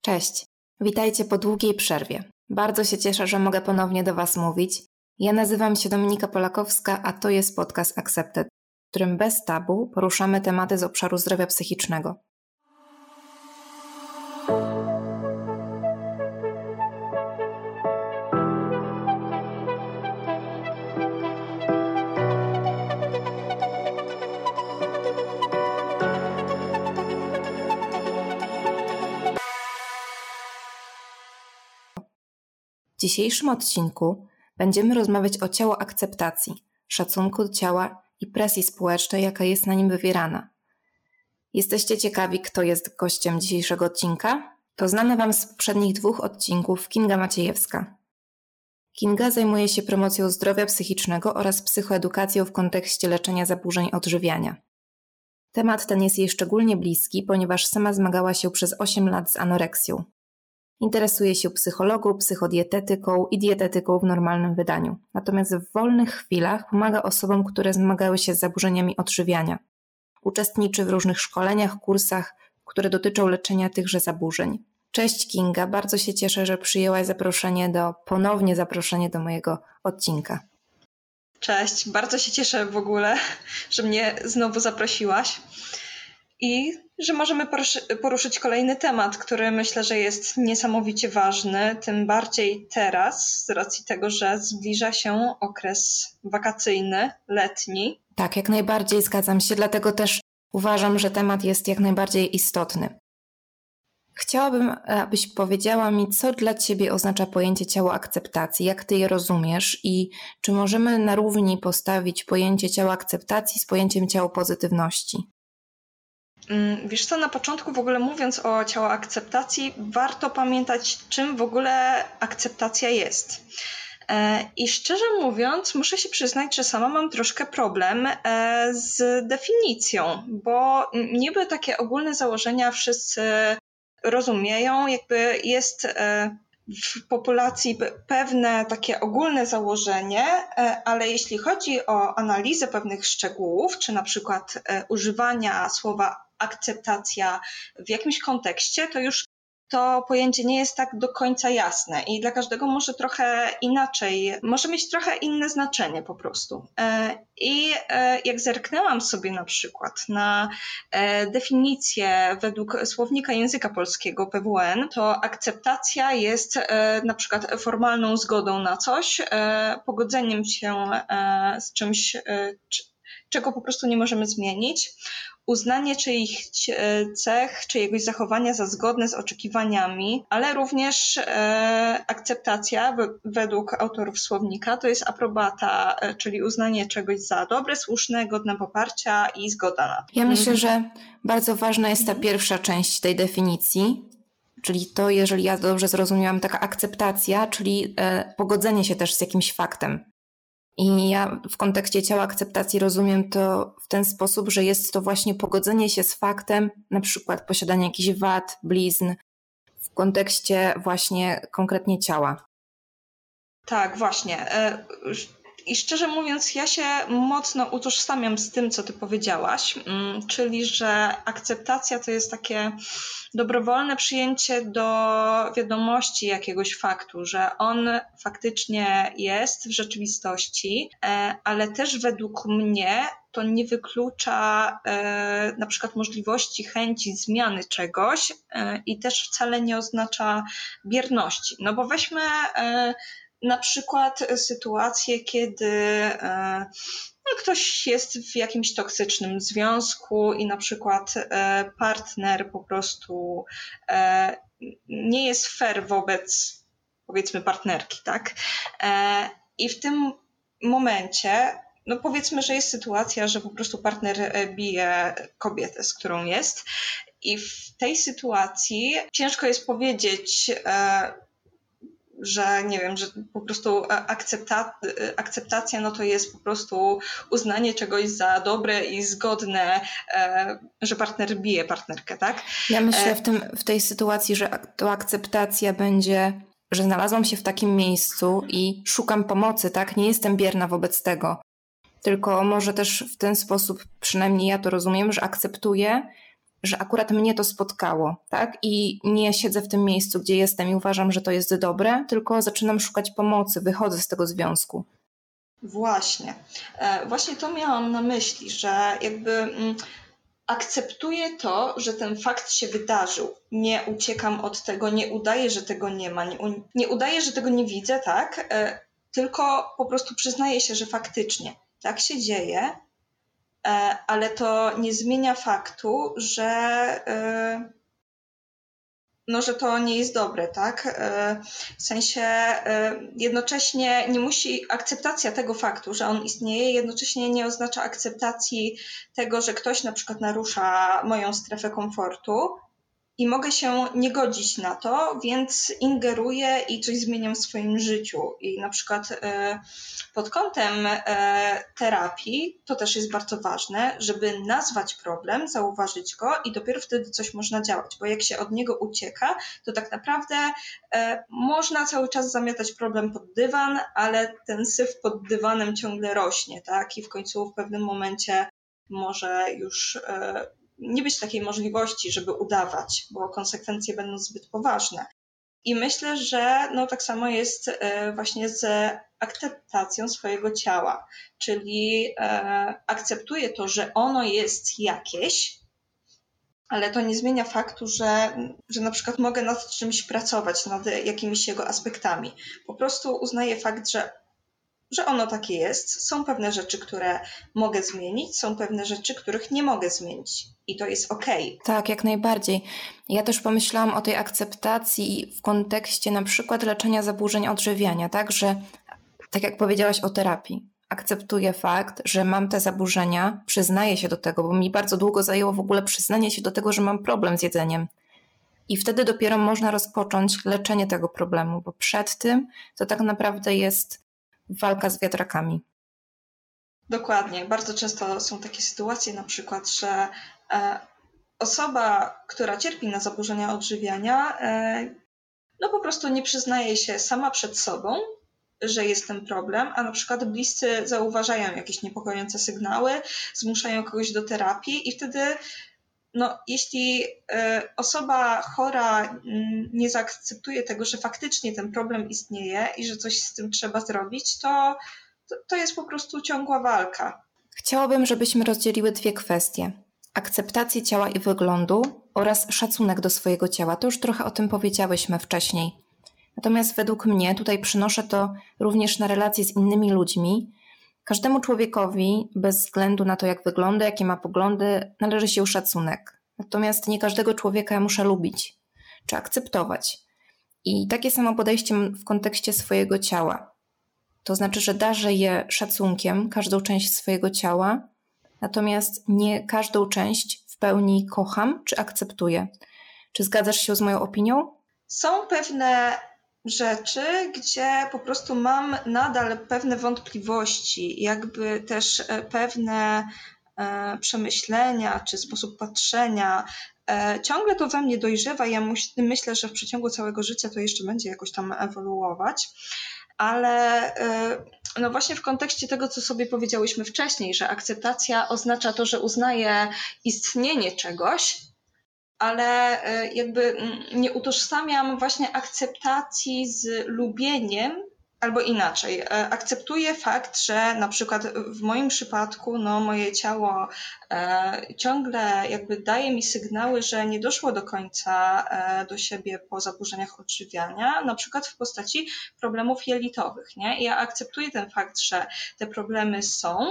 Cześć, witajcie po długiej przerwie. Bardzo się cieszę, że mogę ponownie do Was mówić. Ja nazywam się Dominika Polakowska, a to jest podcast Accepted, w którym bez tabu poruszamy tematy z obszaru zdrowia psychicznego. W dzisiejszym odcinku będziemy rozmawiać o ciałoakceptacji, szacunku do ciała i presji społecznej, jaka jest na nim wywierana. Jesteście ciekawi, kto jest gościem dzisiejszego odcinka? To znana Wam z poprzednich 2 odcinków Kinga Maciejewska. Kinga zajmuje się promocją zdrowia psychicznego oraz psychoedukacją w kontekście leczenia zaburzeń odżywiania. Temat ten jest jej szczególnie bliski, ponieważ sama zmagała się przez 8 lat z anoreksją. Interesuje się psychologą, psychodietetyką i dietetyką w normalnym wydaniu. Natomiast w wolnych chwilach pomaga osobom, które zmagały się z zaburzeniami odżywiania. Uczestniczy w różnych szkoleniach, kursach, które dotyczą leczenia tychże zaburzeń. Cześć Kinga, bardzo się cieszę, że przyjęłaś ponownie zaproszenie do mojego odcinka. Cześć, bardzo się cieszę w ogóle, że mnie znowu zaprosiłaś i że możemy poruszyć kolejny temat, który myślę, że jest niesamowicie ważny, tym bardziej teraz, z racji tego, że zbliża się okres wakacyjny, letni. Tak, jak najbardziej zgadzam się, dlatego też uważam, że temat jest jak najbardziej istotny. Chciałabym, abyś powiedziała mi, co dla Ciebie oznacza pojęcie ciałoakceptacji, jak Ty je rozumiesz i czy możemy na równi postawić pojęcie ciałoakceptacji z pojęciem ciałopozytywności? Wiesz co, na początku w ogóle mówiąc o ciałoakceptacji, warto pamiętać, czym w ogóle akceptacja jest. I szczerze mówiąc, muszę się przyznać, że sama mam troszkę problem z definicją, bo niby takie ogólne założenia wszyscy rozumieją, jakby jest w populacji pewne takie ogólne założenie, ale jeśli chodzi o analizę pewnych szczegółów, czy na przykład używania słowa akceptacja w jakimś kontekście, to już to pojęcie nie jest tak do końca jasne i dla każdego może trochę inaczej, może mieć trochę inne znaczenie po prostu. I jak zerknęłam sobie na przykład na definicję według Słownika Języka Polskiego PWN, to akceptacja jest na przykład formalną zgodą na coś, pogodzeniem się z czymś, czego po prostu nie możemy zmienić, uznanie czyichś cech, czyjegoś zachowania za zgodne z oczekiwaniami, ale również akceptacja według autorów słownika to jest aprobata, czyli uznanie czegoś za dobre, słuszne, godne poparcia i zgoda na to. Ja myślę, że bardzo ważna jest ta pierwsza część tej definicji, czyli to, jeżeli ja dobrze zrozumiałam, taka akceptacja, czyli pogodzenie się też z jakimś faktem. I ja w kontekście ciałoakceptacji rozumiem to w ten sposób, że jest to właśnie pogodzenie się z faktem, na przykład posiadania jakichś wad, blizn, w kontekście właśnie konkretnie ciała. Tak, właśnie. I szczerze mówiąc, ja się mocno utożsamiam z tym, co ty powiedziałaś, czyli że akceptacja to jest takie dobrowolne przyjęcie do wiadomości jakiegoś faktu, że on faktycznie jest w rzeczywistości, ale też według mnie to nie wyklucza na przykład możliwości chęci zmiany czegoś i też wcale nie oznacza bierności. No bo weźmy na przykład sytuację, kiedy ktoś jest w jakimś toksycznym związku i na przykład partner po prostu nie jest fair wobec, powiedzmy, partnerki, tak? I w tym momencie, no powiedzmy, że jest sytuacja, że po prostu partner bije kobietę, z którą jest, i w tej sytuacji ciężko jest powiedzieć, że nie wiem, że po prostu akceptacja no to jest po prostu uznanie czegoś za dobre i zgodne, że partner bije partnerkę, tak? Ja myślę w tej sytuacji, że to akceptacja będzie, że znalazłam się w takim miejscu i szukam pomocy, tak? Nie jestem bierna wobec tego, tylko może też w ten sposób, przynajmniej ja to rozumiem, że akceptuję że akurat mnie to spotkało, tak? I nie siedzę w tym miejscu, gdzie jestem i uważam, że to jest dobre, tylko zaczynam szukać pomocy, wychodzę z tego związku. Właśnie. Właśnie to miałam na myśli, że jakby akceptuję to, że ten fakt się wydarzył. Nie uciekam od tego, nie udaję, że tego nie ma, nie udaję, że tego nie widzę, tak? Tylko po prostu przyznaję się, że faktycznie tak się dzieje, ale to nie zmienia faktu, że że to nie jest dobre, tak? W sensie jednocześnie nie musi akceptacja tego faktu, że on istnieje, jednocześnie nie oznacza akceptacji tego, że ktoś na przykład narusza moją strefę komfortu i mogę się nie godzić na to, więc ingeruję i coś zmieniam w swoim życiu. I na przykład pod kątem terapii to też jest bardzo ważne, żeby nazwać problem, zauważyć go i dopiero wtedy coś można działać, bo jak się od niego ucieka, to tak naprawdę można cały czas zamiatać problem pod dywan, ale ten syf pod dywanem ciągle rośnie, tak? I w końcu w pewnym momencie może już nie być takiej możliwości, żeby udawać, bo konsekwencje będą zbyt poważne. I myślę, że tak samo jest właśnie z akceptacją swojego ciała, czyli akceptuję to, że ono jest jakieś, ale to nie zmienia faktu, że na przykład mogę nad czymś pracować, nad jakimiś jego aspektami. Po prostu uznaję fakt, że ono takie jest. Są pewne rzeczy, które mogę zmienić, są pewne rzeczy, których nie mogę zmienić. I to jest okej. Tak, jak najbardziej. Ja też pomyślałam o tej akceptacji w kontekście na przykład leczenia zaburzeń odżywiania, tak, że tak jak powiedziałaś o terapii, akceptuję fakt, że mam te zaburzenia, przyznaję się do tego, bo mi bardzo długo zajęło w ogóle przyznanie się do tego, że mam problem z jedzeniem. I wtedy dopiero można rozpocząć leczenie tego problemu, bo przed tym to tak naprawdę jest walka z wiatrakami. Dokładnie. Bardzo często są takie sytuacje na przykład, że osoba, która cierpi na zaburzenia odżywiania, po prostu nie przyznaje się sama przed sobą, że jest ten problem, a na przykład bliscy zauważają jakieś niepokojące sygnały, zmuszają kogoś do terapii i wtedy jeśli osoba chora nie zaakceptuje tego, że faktycznie ten problem istnieje i że coś z tym trzeba zrobić, to jest po prostu ciągła walka. Chciałabym, żebyśmy rozdzieliły dwie kwestie. Akceptację ciała i wyglądu oraz szacunek do swojego ciała. To już trochę o tym powiedziałyśmy wcześniej. Natomiast według mnie, tutaj przynoszę to również na relacje z innymi ludźmi, każdemu człowiekowi, bez względu na to, jak wygląda, jakie ma poglądy, należy się szacunek. Natomiast nie każdego człowieka ja muszę lubić czy akceptować. I takie samo podejście w kontekście swojego ciała. To znaczy, że darzę je szacunkiem, każdą część swojego ciała, natomiast nie każdą część w pełni kocham czy akceptuję. Czy zgadzasz się z moją opinią? Są pewne rzeczy, gdzie po prostu mam nadal pewne wątpliwości, jakby też pewne przemyślenia czy sposób patrzenia. Ciągle to we mnie dojrzewa. Ja myślę, że w przeciągu całego życia to jeszcze będzie jakoś tam ewoluować. Ale właśnie w kontekście tego, co sobie powiedziałyśmy wcześniej, że akceptacja oznacza to, że uznaję istnienie czegoś, ale jakby nie utożsamiam właśnie akceptacji z lubieniem, albo inaczej. Akceptuję fakt, że na przykład w moim przypadku moje ciało ciągle jakby daje mi sygnały, że nie doszło do końca do siebie po zaburzeniach odżywiania, na przykład w postaci problemów jelitowych. Nie? Ja akceptuję ten fakt, że te problemy są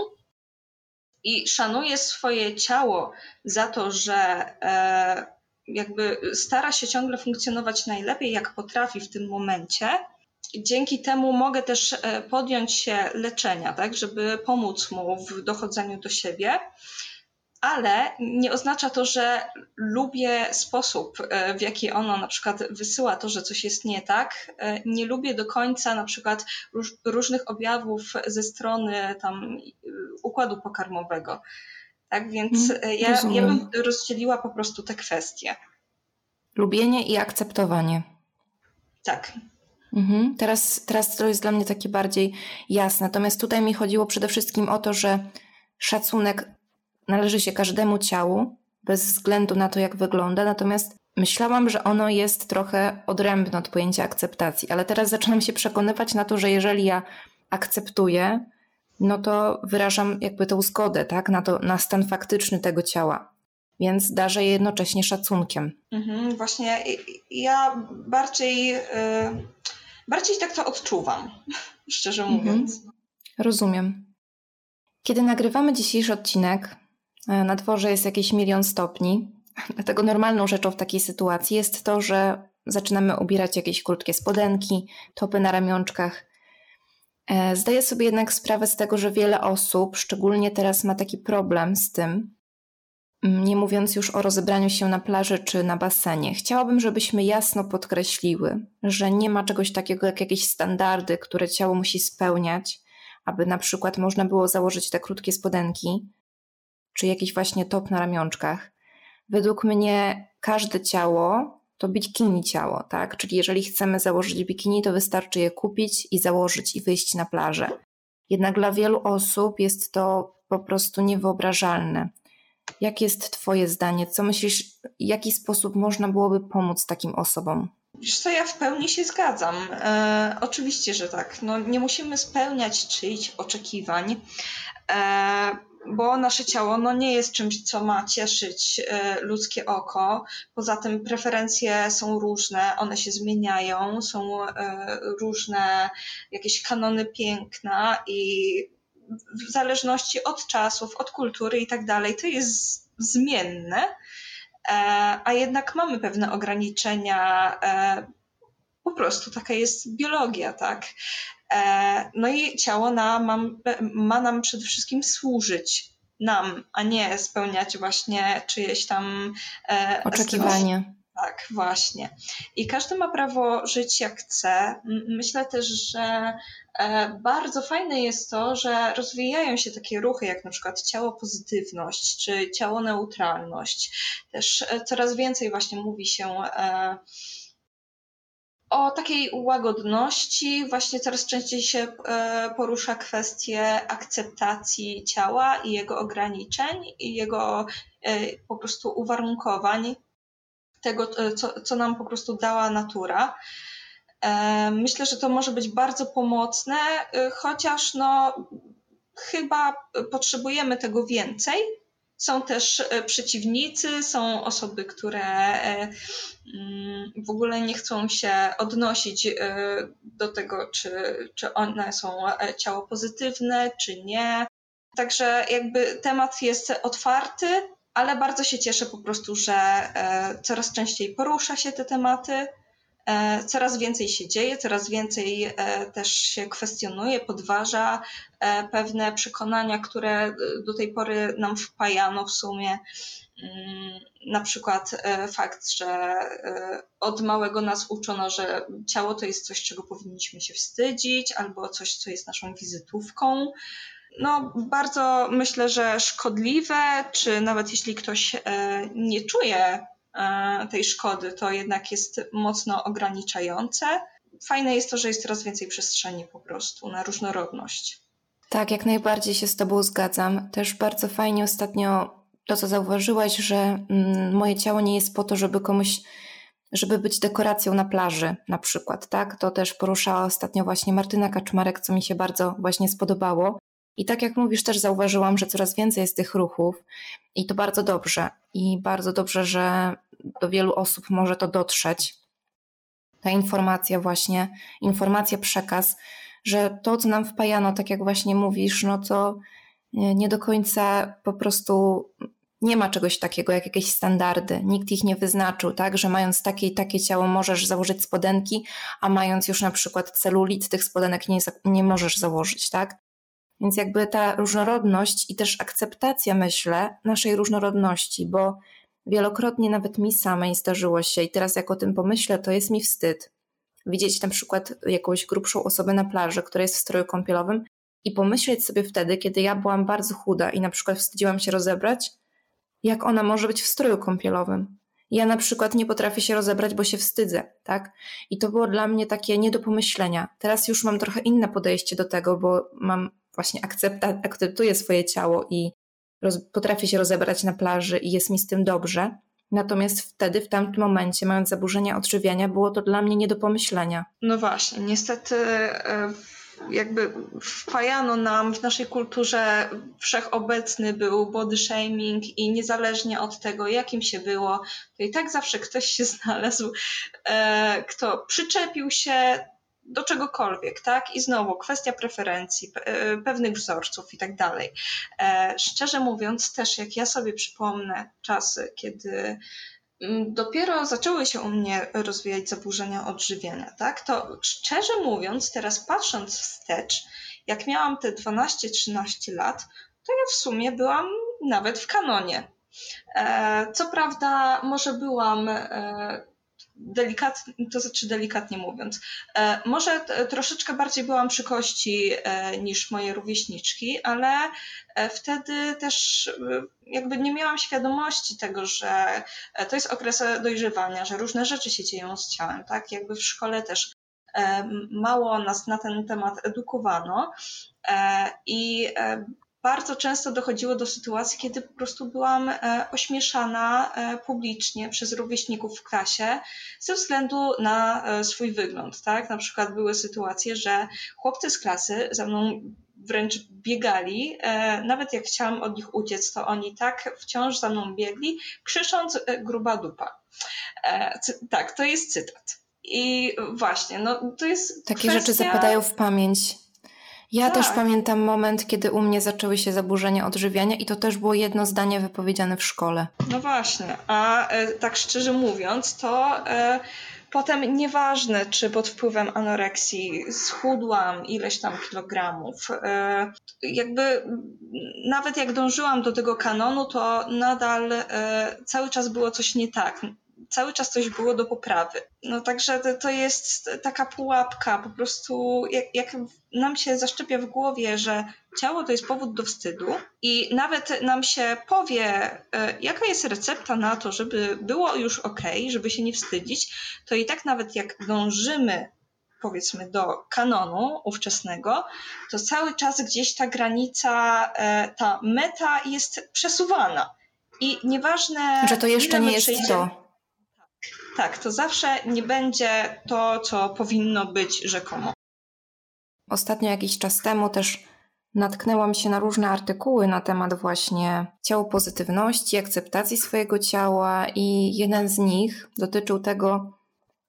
i szanuję swoje ciało za to, że jakby stara się ciągle funkcjonować najlepiej, jak potrafi w tym momencie. Dzięki temu mogę też podjąć się leczenia, tak, żeby pomóc mu w dochodzeniu do siebie, ale nie oznacza to, że lubię sposób, w jaki ono na przykład wysyła to, że coś jest nie tak. Nie lubię do końca na przykład różnych objawów ze strony tam układu pokarmowego. Tak więc ja bym rozdzieliła po prostu te kwestie. Lubienie i akceptowanie. Tak. Teraz to jest dla mnie takie bardziej jasne. Natomiast tutaj mi chodziło przede wszystkim o to, że szacunek należy się każdemu ciału, bez względu na to, jak wygląda, natomiast myślałam, że ono jest trochę odrębne od pojęcia akceptacji, ale teraz zaczynam się przekonywać na to, że jeżeli ja akceptuję, no to wyrażam jakby tę zgodę, tak, na stan faktyczny tego ciała, więc darzę je jednocześnie szacunkiem. Właśnie ja bardziej tak to odczuwam, szczerze mówiąc. Rozumiem. Kiedy nagrywamy dzisiejszy odcinek, na dworze jest jakieś 1 000 000 stopni, dlatego normalną rzeczą w takiej sytuacji jest to, że zaczynamy ubierać jakieś krótkie spodenki, topy na ramionczkach. Zdaję sobie jednak sprawę z tego, że wiele osób, szczególnie teraz, ma taki problem z tym, nie mówiąc już o rozebraniu się na plaży czy na basenie. Chciałabym, żebyśmy jasno podkreśliły, że nie ma czegoś takiego jak jakieś standardy, które ciało musi spełniać, aby na przykład można było założyć te krótkie spodenki, czy jakiś właśnie top na ramionczkach. Według mnie każde ciało to bikini ciało, tak? Czyli jeżeli chcemy założyć bikini, to wystarczy je kupić i założyć i wyjść na plażę. Jednak dla wielu osób jest to po prostu niewyobrażalne. Jakie jest Twoje zdanie? Co myślisz, w jaki sposób można byłoby pomóc takim osobom? Wiesz co, ja w pełni się zgadzam. Oczywiście, że tak. No, nie musimy spełniać czyichś oczekiwań, bo nasze ciało nie jest czymś, co ma cieszyć ludzkie oko. Poza tym preferencje są różne, one się zmieniają, są różne jakieś kanony piękna i w zależności od czasów, od kultury i tak dalej, to jest zmienne, a jednak mamy pewne ograniczenia, po prostu taka jest biologia, tak? No i ciało ma nam przede wszystkim służyć nam, a nie spełniać właśnie czyjeś tam oczekiwanie. Tak, właśnie. I każdy ma prawo żyć jak chce. Myślę też, że bardzo fajne jest to, że rozwijają się takie ruchy jak na przykład ciało pozytywność czy ciało neutralność. Też coraz więcej właśnie mówi się o takiej łagodności. Właśnie coraz częściej się porusza kwestię akceptacji ciała i jego ograniczeń i jego po prostu uwarunkowań, tego, co nam po prostu dała natura. Myślę, że to może być bardzo pomocne, chociaż chyba potrzebujemy tego więcej. Są też przeciwnicy, są osoby, które w ogóle nie chcą się odnosić do tego, czy one są ciało pozytywne, czy nie. Także jakby temat jest otwarty, ale bardzo się cieszę po prostu, że coraz częściej porusza się te tematy, coraz więcej się dzieje, coraz więcej też się kwestionuje, podważa pewne przekonania, które do tej pory nam wpajano w sumie. Na przykład fakt, że od małego nas uczono, że ciało to jest coś, czego powinniśmy się wstydzić, albo coś, co jest naszą wizytówką. Bardzo myślę, że szkodliwe, czy nawet jeśli ktoś nie czuje tej szkody, to jednak jest mocno ograniczające. Fajne jest to, że jest coraz więcej przestrzeni po prostu na różnorodność. Tak, jak najbardziej się z Tobą zgadzam. Też bardzo fajnie ostatnio to, co zauważyłaś, że moje ciało nie jest po to, żeby być dekoracją na plaży na przykład, tak? To też poruszała ostatnio właśnie Martyna Kaczmarek, co mi się bardzo właśnie spodobało. I tak jak mówisz, też zauważyłam, że coraz więcej jest tych ruchów i to bardzo dobrze. I bardzo dobrze, że do wielu osób może to dotrzeć. Ta informacja, przekaz, że to, co nam wpajano, tak jak właśnie mówisz, to nie do końca po prostu nie ma czegoś takiego jak jakieś standardy. Nikt ich nie wyznaczył, tak, że mając takie i takie ciało możesz założyć spodenki, a mając już na przykład celulit, tych spodenek nie możesz założyć, tak? Więc jakby ta różnorodność i też akceptacja, myślę, naszej różnorodności, bo wielokrotnie nawet mi samej zdarzyło się i teraz jak o tym pomyślę, to jest mi wstyd widzieć na przykład jakąś grubszą osobę na plaży, która jest w stroju kąpielowym i pomyśleć sobie wtedy, kiedy ja byłam bardzo chuda i na przykład wstydziłam się rozebrać, jak ona może być w stroju kąpielowym. Ja na przykład nie potrafię się rozebrać, bo się wstydzę, tak? I to było dla mnie takie nie do pomyślenia. Teraz już mam trochę inne podejście do tego, bo mam właśnie akceptuję swoje ciało i potrafię się rozebrać na plaży i jest mi z tym dobrze. Natomiast wtedy, w tamtym momencie, mając zaburzenia odżywiania, było to dla mnie nie do pomyślenia. No właśnie, niestety jakby wpajano nam w naszej kulturze, wszechobecny był body shaming i niezależnie od tego, jakim się było, to i tak zawsze ktoś się znalazł, kto przyczepił się do czegokolwiek, tak? I znowu kwestia preferencji, pewnych wzorców i tak dalej. Szczerze mówiąc, też jak ja sobie przypomnę czasy, kiedy dopiero zaczęły się u mnie rozwijać zaburzenia odżywiania, tak? To szczerze mówiąc, teraz patrząc wstecz, jak miałam te 12-13 lat, to ja w sumie byłam nawet w kanonie. Co prawda, może byłam delikatnie mówiąc, może troszeczkę bardziej byłam przy kości niż moje rówieśniczki, ale wtedy też jakby nie miałam świadomości tego, że to jest okres dojrzewania, że różne rzeczy się dzieją z ciałem, tak? Jakby w szkole też mało nas na ten temat edukowano i bardzo często dochodziło do sytuacji, kiedy po prostu byłam ośmieszana publicznie przez rówieśników w klasie ze względu na swój wygląd, tak? Na przykład były sytuacje, że chłopcy z klasy za mną wręcz biegali, nawet jak chciałam od nich uciec, to oni tak wciąż za mną biegli, krzycząc gruba dupa. Tak, to jest cytat. I właśnie, no to jest Takie rzeczy zapadają w pamięć. Ja też pamiętam moment, kiedy u mnie zaczęły się zaburzenia odżywiania i to też było jedno zdanie wypowiedziane w szkole. No właśnie, a tak szczerze mówiąc, to potem nieważne, czy pod wpływem anoreksji schudłam ileś tam kilogramów, jakby nawet jak dążyłam do tego kanonu, to nadal cały czas było coś nie tak. Cały czas coś było do poprawy. No także to jest taka pułapka, po prostu jak nam się zaszczepia w głowie, że ciało to jest powód do wstydu i nawet nam się powie, jaka jest recepta na to, żeby było już okej, żeby się nie wstydzić, to i tak nawet jak dążymy powiedzmy do kanonu ówczesnego, to cały czas gdzieś ta granica, ta meta jest przesuwana. I nieważne, że to jeszcze nie jest to. Tak, to zawsze nie będzie to, co powinno być rzekomo. Ostatnio jakiś czas temu też natknęłam się na różne artykuły na temat właśnie ciałopozytywności, akceptacji swojego ciała i jeden z nich dotyczył tego,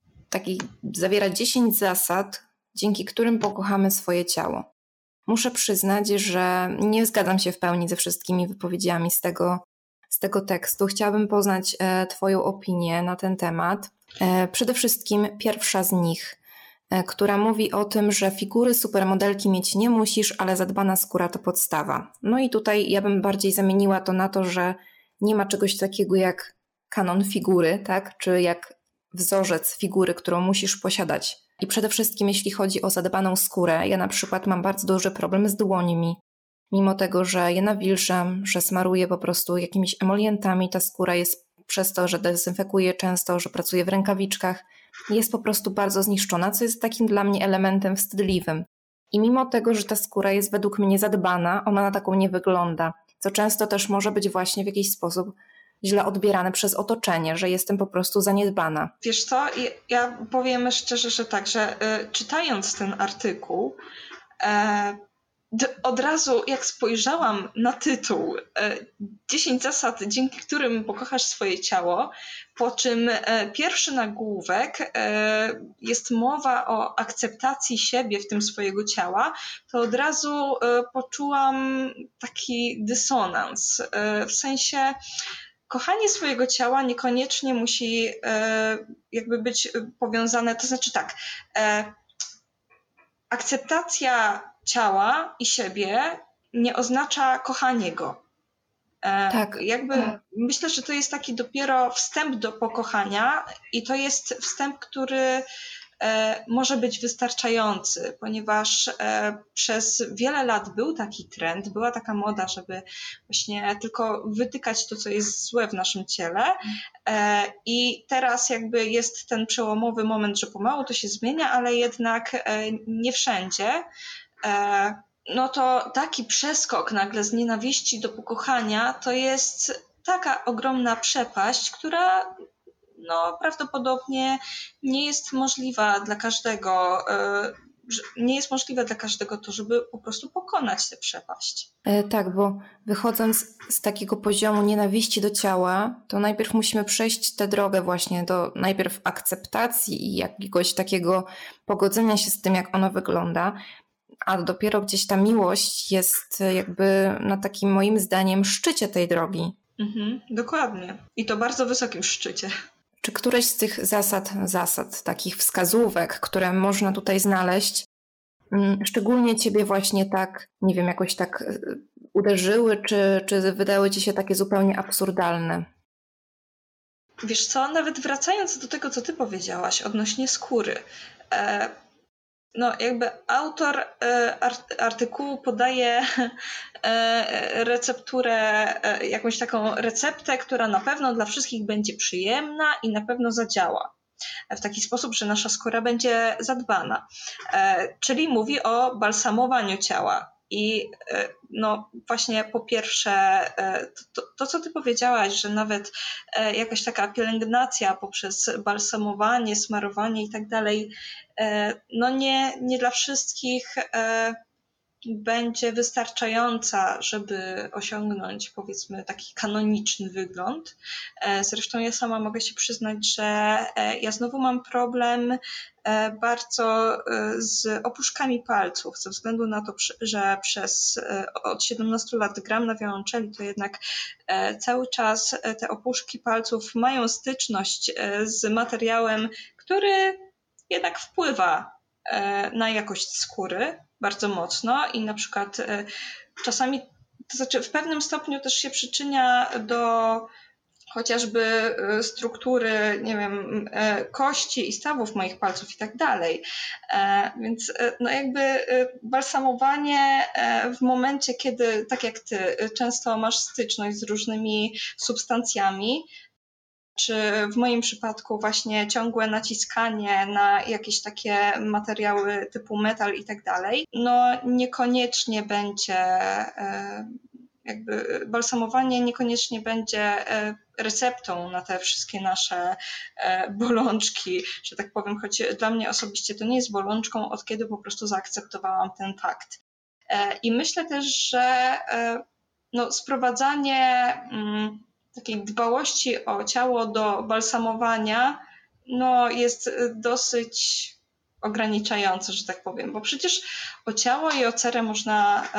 zawiera 10 zasad, dzięki którym pokochamy swoje ciało. Muszę przyznać, że nie zgadzam się w pełni ze wszystkimi wypowiedziami z tego tekstu. Chciałabym poznać Twoją opinię na ten temat. Przede wszystkim pierwsza z nich, która mówi o tym, że figury supermodelki mieć nie musisz, ale zadbana skóra to podstawa. No i tutaj ja bym bardziej zamieniła to na to, że nie ma czegoś takiego jak kanon figury, tak? Czy jak wzorzec figury, którą musisz posiadać. I przede wszystkim jeśli chodzi o zadbaną skórę, ja na przykład mam bardzo duży problem z dłońmi. Mimo tego, że je nawilżam, że smaruję po prostu jakimiś emolientami, ta skóra jest przez to, że dezynfekuję często, że pracuję w rękawiczkach, jest po prostu bardzo zniszczona, co jest takim dla mnie elementem wstydliwym. I mimo tego, że ta skóra jest według mnie zadbana, ona na taką nie wygląda, co często też może być właśnie w jakiś sposób źle odbierane przez otoczenie, że jestem po prostu zaniedbana. Wiesz co, ja powiem szczerze, że tak, że czytając ten artykuł, od razu jak spojrzałam na tytuł 10 zasad, dzięki którym pokochasz swoje ciało, po czym pierwszy nagłówek jest mowa o akceptacji siebie, w tym swojego ciała, to od razu poczułam taki dysonans. W sensie kochanie swojego ciała niekoniecznie musi jakby być powiązane, to znaczy tak, akceptacja ciała i siebie nie oznacza kochanie go. Tak. Myślę, że to jest taki dopiero wstęp do pokochania i to jest wstęp, który może być wystarczający, ponieważ przez wiele lat był taki trend, była taka moda, żeby właśnie tylko wytykać to, co jest złe w naszym ciele i teraz jakby jest ten przełomowy moment, że pomału to się zmienia, ale jednak nie wszędzie. no to taki przeskok nagle z nienawiści do pokochania to jest taka ogromna przepaść, która no, prawdopodobnie nie jest możliwa dla każdego, nie jest możliwe dla każdego to, żeby po prostu pokonać tę przepaść. Tak, bo wychodząc z takiego poziomu nienawiści do ciała, to najpierw musimy przejść tę drogę właśnie do najpierw akceptacji i jakiegoś takiego pogodzenia się z tym, jak ono wygląda, a dopiero gdzieś ta miłość jest jakby na takim moim zdaniem szczycie tej drogi. Dokładnie. I to bardzo wysokim szczycie. Czy któreś z tych zasad, takich wskazówek, które można tutaj znaleźć, szczególnie ciebie właśnie tak, nie wiem, jakoś tak uderzyły, czy wydały ci się takie zupełnie absurdalne? Wiesz co, nawet wracając do tego, co ty powiedziałaś odnośnie skóry, no jakby autor artykułu podaje recepturę, jakąś taką receptę, która na pewno dla wszystkich będzie przyjemna i na pewno zadziała w taki sposób, że nasza skóra będzie zadbana. Czyli mówi o balsamowaniu ciała. I no właśnie po pierwsze to, co ty powiedziałaś, że nawet jakaś taka pielęgnacja poprzez balsamowanie, smarowanie i tak dalej, no nie dla wszystkich będzie wystarczająca, żeby osiągnąć powiedzmy taki kanoniczny wygląd. Zresztą ja sama mogę się przyznać, że ja znowu mam problem bardzo z opuszkami palców, ze względu na to, że od 17 lat gram na wiolonczeli, to jednak cały czas te opuszki palców mają styczność z materiałem, który jednak wpływa na jakość skóry bardzo mocno i na przykład czasami, to znaczy w pewnym stopniu też się przyczynia do chociażby struktury, nie wiem, kości i stawów moich palców i tak dalej. Więc no jakby balsamowanie w momencie, kiedy, tak jak ty, często masz styczność z różnymi substancjami, czy w moim przypadku właśnie ciągłe naciskanie na jakieś takie materiały typu metal i tak dalej, no niekoniecznie będzie jakby balsamowanie niekoniecznie będzie receptą na te wszystkie nasze bolączki, że tak powiem, choć dla mnie osobiście to nie jest bolączką, od kiedy po prostu zaakceptowałam ten fakt. I myślę też, że no, sprowadzanie takiej dbałości o ciało do balsamowania no, jest dosyć ograniczające, że tak powiem, bo przecież o ciało i o cerę można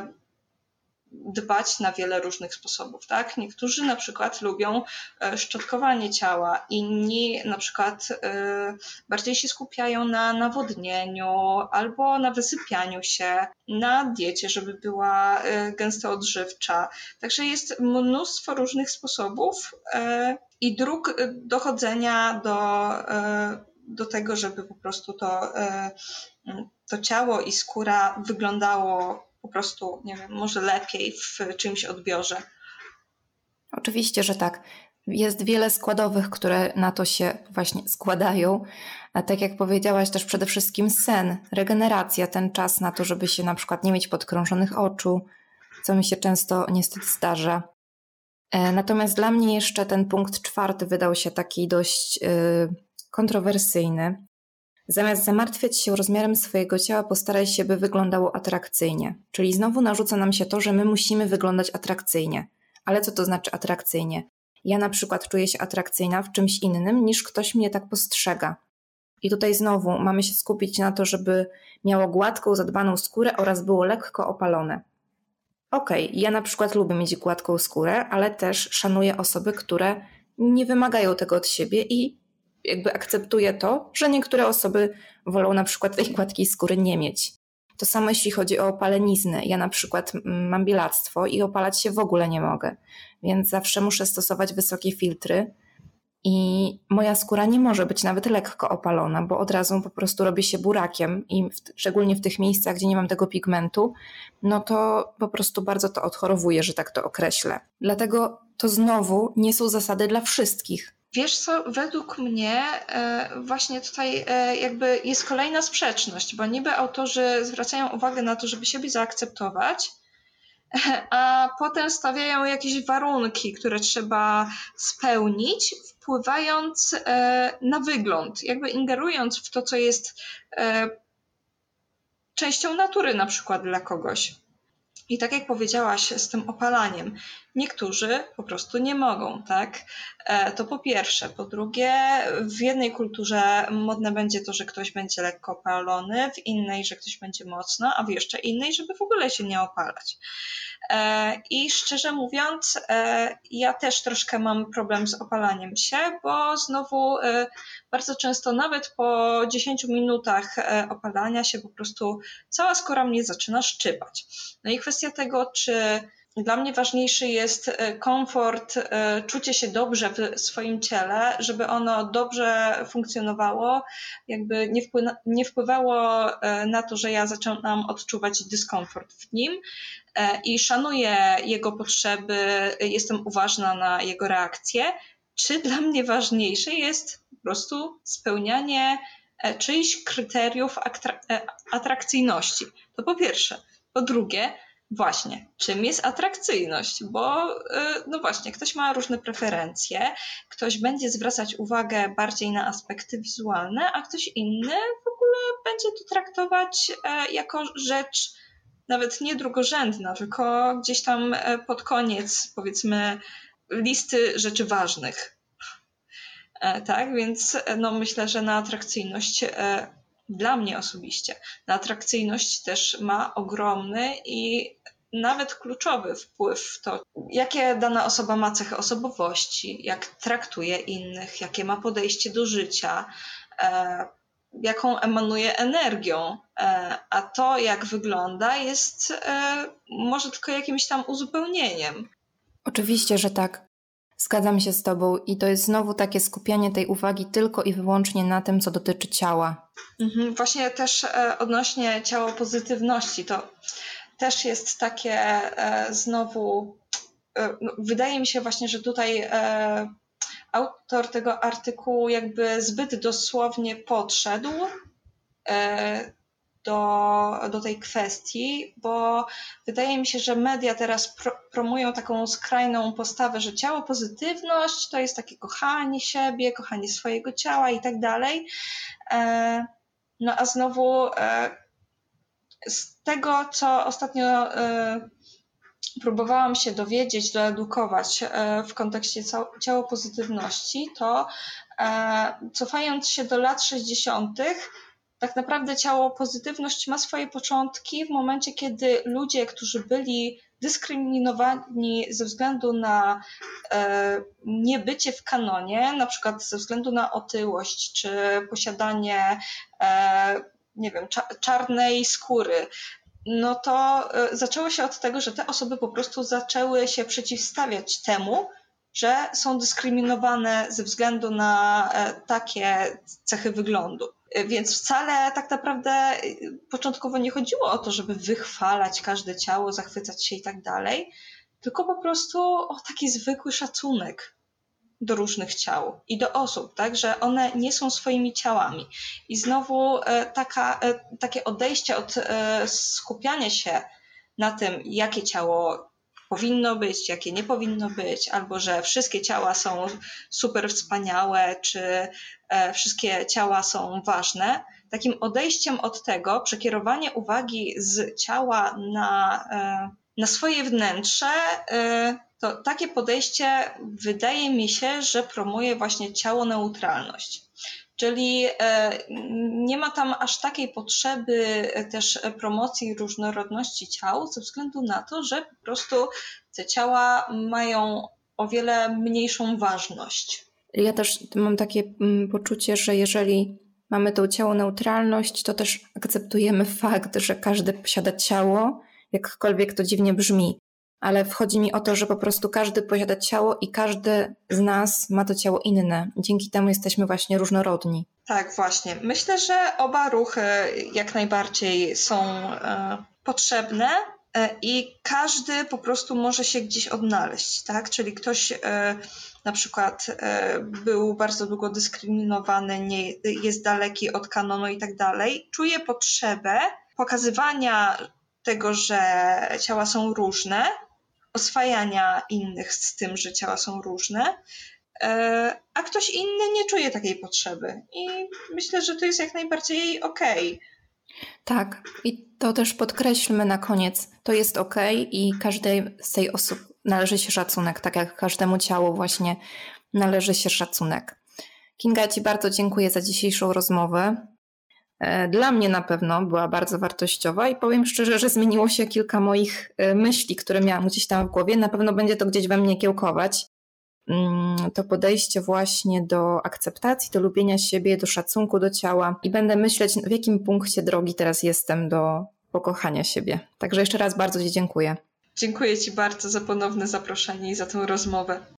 dbać na wiele różnych sposobów, tak? Niektórzy na przykład lubią szczotkowanie ciała, inni na przykład bardziej się skupiają na nawodnieniu albo na wysypianiu się, na diecie, żeby była gęsto odżywcza. Także jest mnóstwo różnych sposobów i dróg dochodzenia do tego, żeby po prostu to ciało i skóra wyglądało po prostu, nie wiem, może lepiej w czymś odbiorze. Oczywiście, że tak. Jest wiele składowych, które na to się właśnie składają. A tak jak powiedziałaś, też przede wszystkim sen, regeneracja, ten czas na to, żeby się na przykład nie mieć podkrążonych oczu, co mi się często niestety zdarza. Natomiast dla mnie jeszcze ten punkt 4 wydał się taki dość kontrowersyjny. Zamiast zamartwiać się rozmiarem swojego ciała, postaraj się, by wyglądało atrakcyjnie. Czyli znowu narzuca nam się to, że my musimy wyglądać atrakcyjnie. Ale co to znaczy atrakcyjnie? Ja na przykład czuję się atrakcyjna w czymś innym, niż ktoś mnie tak postrzega. I tutaj znowu mamy się skupić na to, żeby miało gładką, zadbaną skórę oraz było lekko opalone. Okej, ja na przykład lubię mieć gładką skórę, ale też szanuję osoby, które nie wymagają tego od siebie i jakby akceptuję to, że niektóre osoby wolą na przykład tej gładkiej skóry nie mieć. To samo jeśli chodzi o opaleniznę. Ja na przykład mam bielactwo i opalać się w ogóle nie mogę, więc zawsze muszę stosować wysokie filtry i moja skóra nie może być nawet lekko opalona, bo od razu po prostu robię się burakiem i szczególnie w tych miejscach, gdzie nie mam tego pigmentu, no to po prostu bardzo to odchorowuje, że tak to określę. Dlatego to znowu nie są zasady dla wszystkich. Wiesz co, według mnie właśnie tutaj jakby jest kolejna sprzeczność, bo niby autorzy zwracają uwagę na to, żeby siebie zaakceptować, a potem stawiają jakieś warunki, które trzeba spełnić, wpływając na wygląd, jakby ingerując w to, co jest częścią natury na przykład dla kogoś. I tak jak powiedziałaś z tym opalaniem, niektórzy po prostu nie mogą, tak? To po pierwsze. Po drugie, w jednej kulturze modne będzie to, że ktoś będzie lekko opalony, w innej, że ktoś będzie mocno, a w jeszcze innej, żeby w ogóle się nie opalać. I szczerze mówiąc, ja też troszkę mam problem z opalaniem się, bo znowu bardzo często nawet po 10 minutach opalania się po prostu cała skóra mnie zaczyna szczypać. No i kwestia tego, czy dla mnie ważniejszy jest komfort, czucie się dobrze w swoim ciele, żeby ono dobrze funkcjonowało, jakby nie wpływało na to, że ja zaczynam odczuwać dyskomfort w nim i szanuję jego potrzeby, jestem uważna na jego reakcje, czy dla mnie ważniejsze jest po prostu spełnianie czyichś kryteriów atrakcyjności. To po pierwsze. Po drugie, właśnie, czym jest atrakcyjność? Bo no właśnie, ktoś ma różne preferencje, ktoś będzie zwracać uwagę bardziej na aspekty wizualne, a ktoś inny w ogóle będzie to traktować jako rzecz nawet nie drugorzędna, tylko gdzieś tam pod koniec, powiedzmy, listy rzeczy ważnych. Tak, więc no myślę, że na atrakcyjność dla mnie osobiście, na atrakcyjność też ma ogromny i nawet kluczowy wpływ w to, jakie dana osoba ma cechy osobowości, jak traktuje innych, jakie ma podejście do życia, jaką emanuje energią, a to jak wygląda jest może tylko jakimś tam uzupełnieniem. Oczywiście, że tak. Zgadzam się z Tobą i to jest znowu takie skupianie tej uwagi tylko i wyłącznie na tym, co dotyczy ciała. Właśnie też odnośnie ciałopozytywności, to też jest takie znowu, wydaje mi się właśnie, że tutaj autor tego artykułu jakby zbyt dosłownie podszedł do tej kwestii, bo wydaje mi się, że media teraz promują taką skrajną postawę, że ciałopozytywność to jest takie kochanie siebie, kochanie swojego ciała i tak dalej. No a znowu z tego, co ostatnio próbowałam się dowiedzieć, doedukować w kontekście ciałopozytywności, to cofając się do lat 60., tak naprawdę ciałopozytywność ma swoje początki w momencie, kiedy ludzie, którzy byli dyskryminowani ze względu na niebycie w kanonie, na przykład ze względu na otyłość czy posiadanie nie wiem, czarnej skóry, no to zaczęło się od tego, że te osoby po prostu zaczęły się przeciwstawiać temu, że są dyskryminowane ze względu na takie cechy wyglądu. Więc wcale tak naprawdę początkowo nie chodziło o to, żeby wychwalać każde ciało, zachwycać się i tak dalej, tylko po prostu o taki zwykły szacunek do różnych ciał i do osób, tak, że one nie są swoimi ciałami. I znowu takie odejście od skupiania się na tym, jakie ciało powinno być, jakie nie powinno być, albo że wszystkie ciała są super wspaniałe, czy wszystkie ciała są ważne. Takim odejściem od tego, przekierowanie uwagi z ciała na swoje wnętrze, to takie podejście wydaje mi się, że promuje właśnie ciałoneutralność. Czyli nie ma tam aż takiej potrzeby też promocji różnorodności ciał ze względu na to, że po prostu te ciała mają o wiele mniejszą ważność. Ja też mam takie poczucie, że jeżeli mamy tą ciałoneutralność, to też akceptujemy fakt, że każdy posiada ciało, jakkolwiek to dziwnie brzmi. Ale wchodzi mi o to, że po prostu każdy posiada ciało i każdy z nas ma to ciało inne. Dzięki temu jesteśmy właśnie różnorodni. Tak, właśnie. Myślę, że oba ruchy jak najbardziej są potrzebne, i każdy po prostu może się gdzieś odnaleźć, tak? Czyli ktoś na przykład był bardzo długo dyskryminowany, nie, jest daleki od kanonu i tak dalej, czuje potrzebę pokazywania tego, że ciała są różne, oswajania innych z tym, że ciała są różne, a ktoś inny nie czuje takiej potrzeby. I myślę, że to jest jak najbardziej okej. Tak, i to też podkreślmy na koniec. To jest okej i każdej z tej osób należy się szacunek, tak jak każdemu ciału właśnie należy się szacunek. Kinga, Ci bardzo dziękuję za dzisiejszą rozmowę. Dla mnie na pewno była bardzo wartościowa i powiem szczerze, że zmieniło się kilka moich myśli, które miałam gdzieś tam w głowie. Na pewno będzie to gdzieś we mnie kiełkować. To podejście właśnie do akceptacji, do lubienia siebie, do szacunku do ciała i będę myśleć, w jakim punkcie drogi teraz jestem do pokochania siebie. Także jeszcze raz bardzo Ci dziękuję. Dziękuję Ci bardzo za ponowne zaproszenie i za tę rozmowę.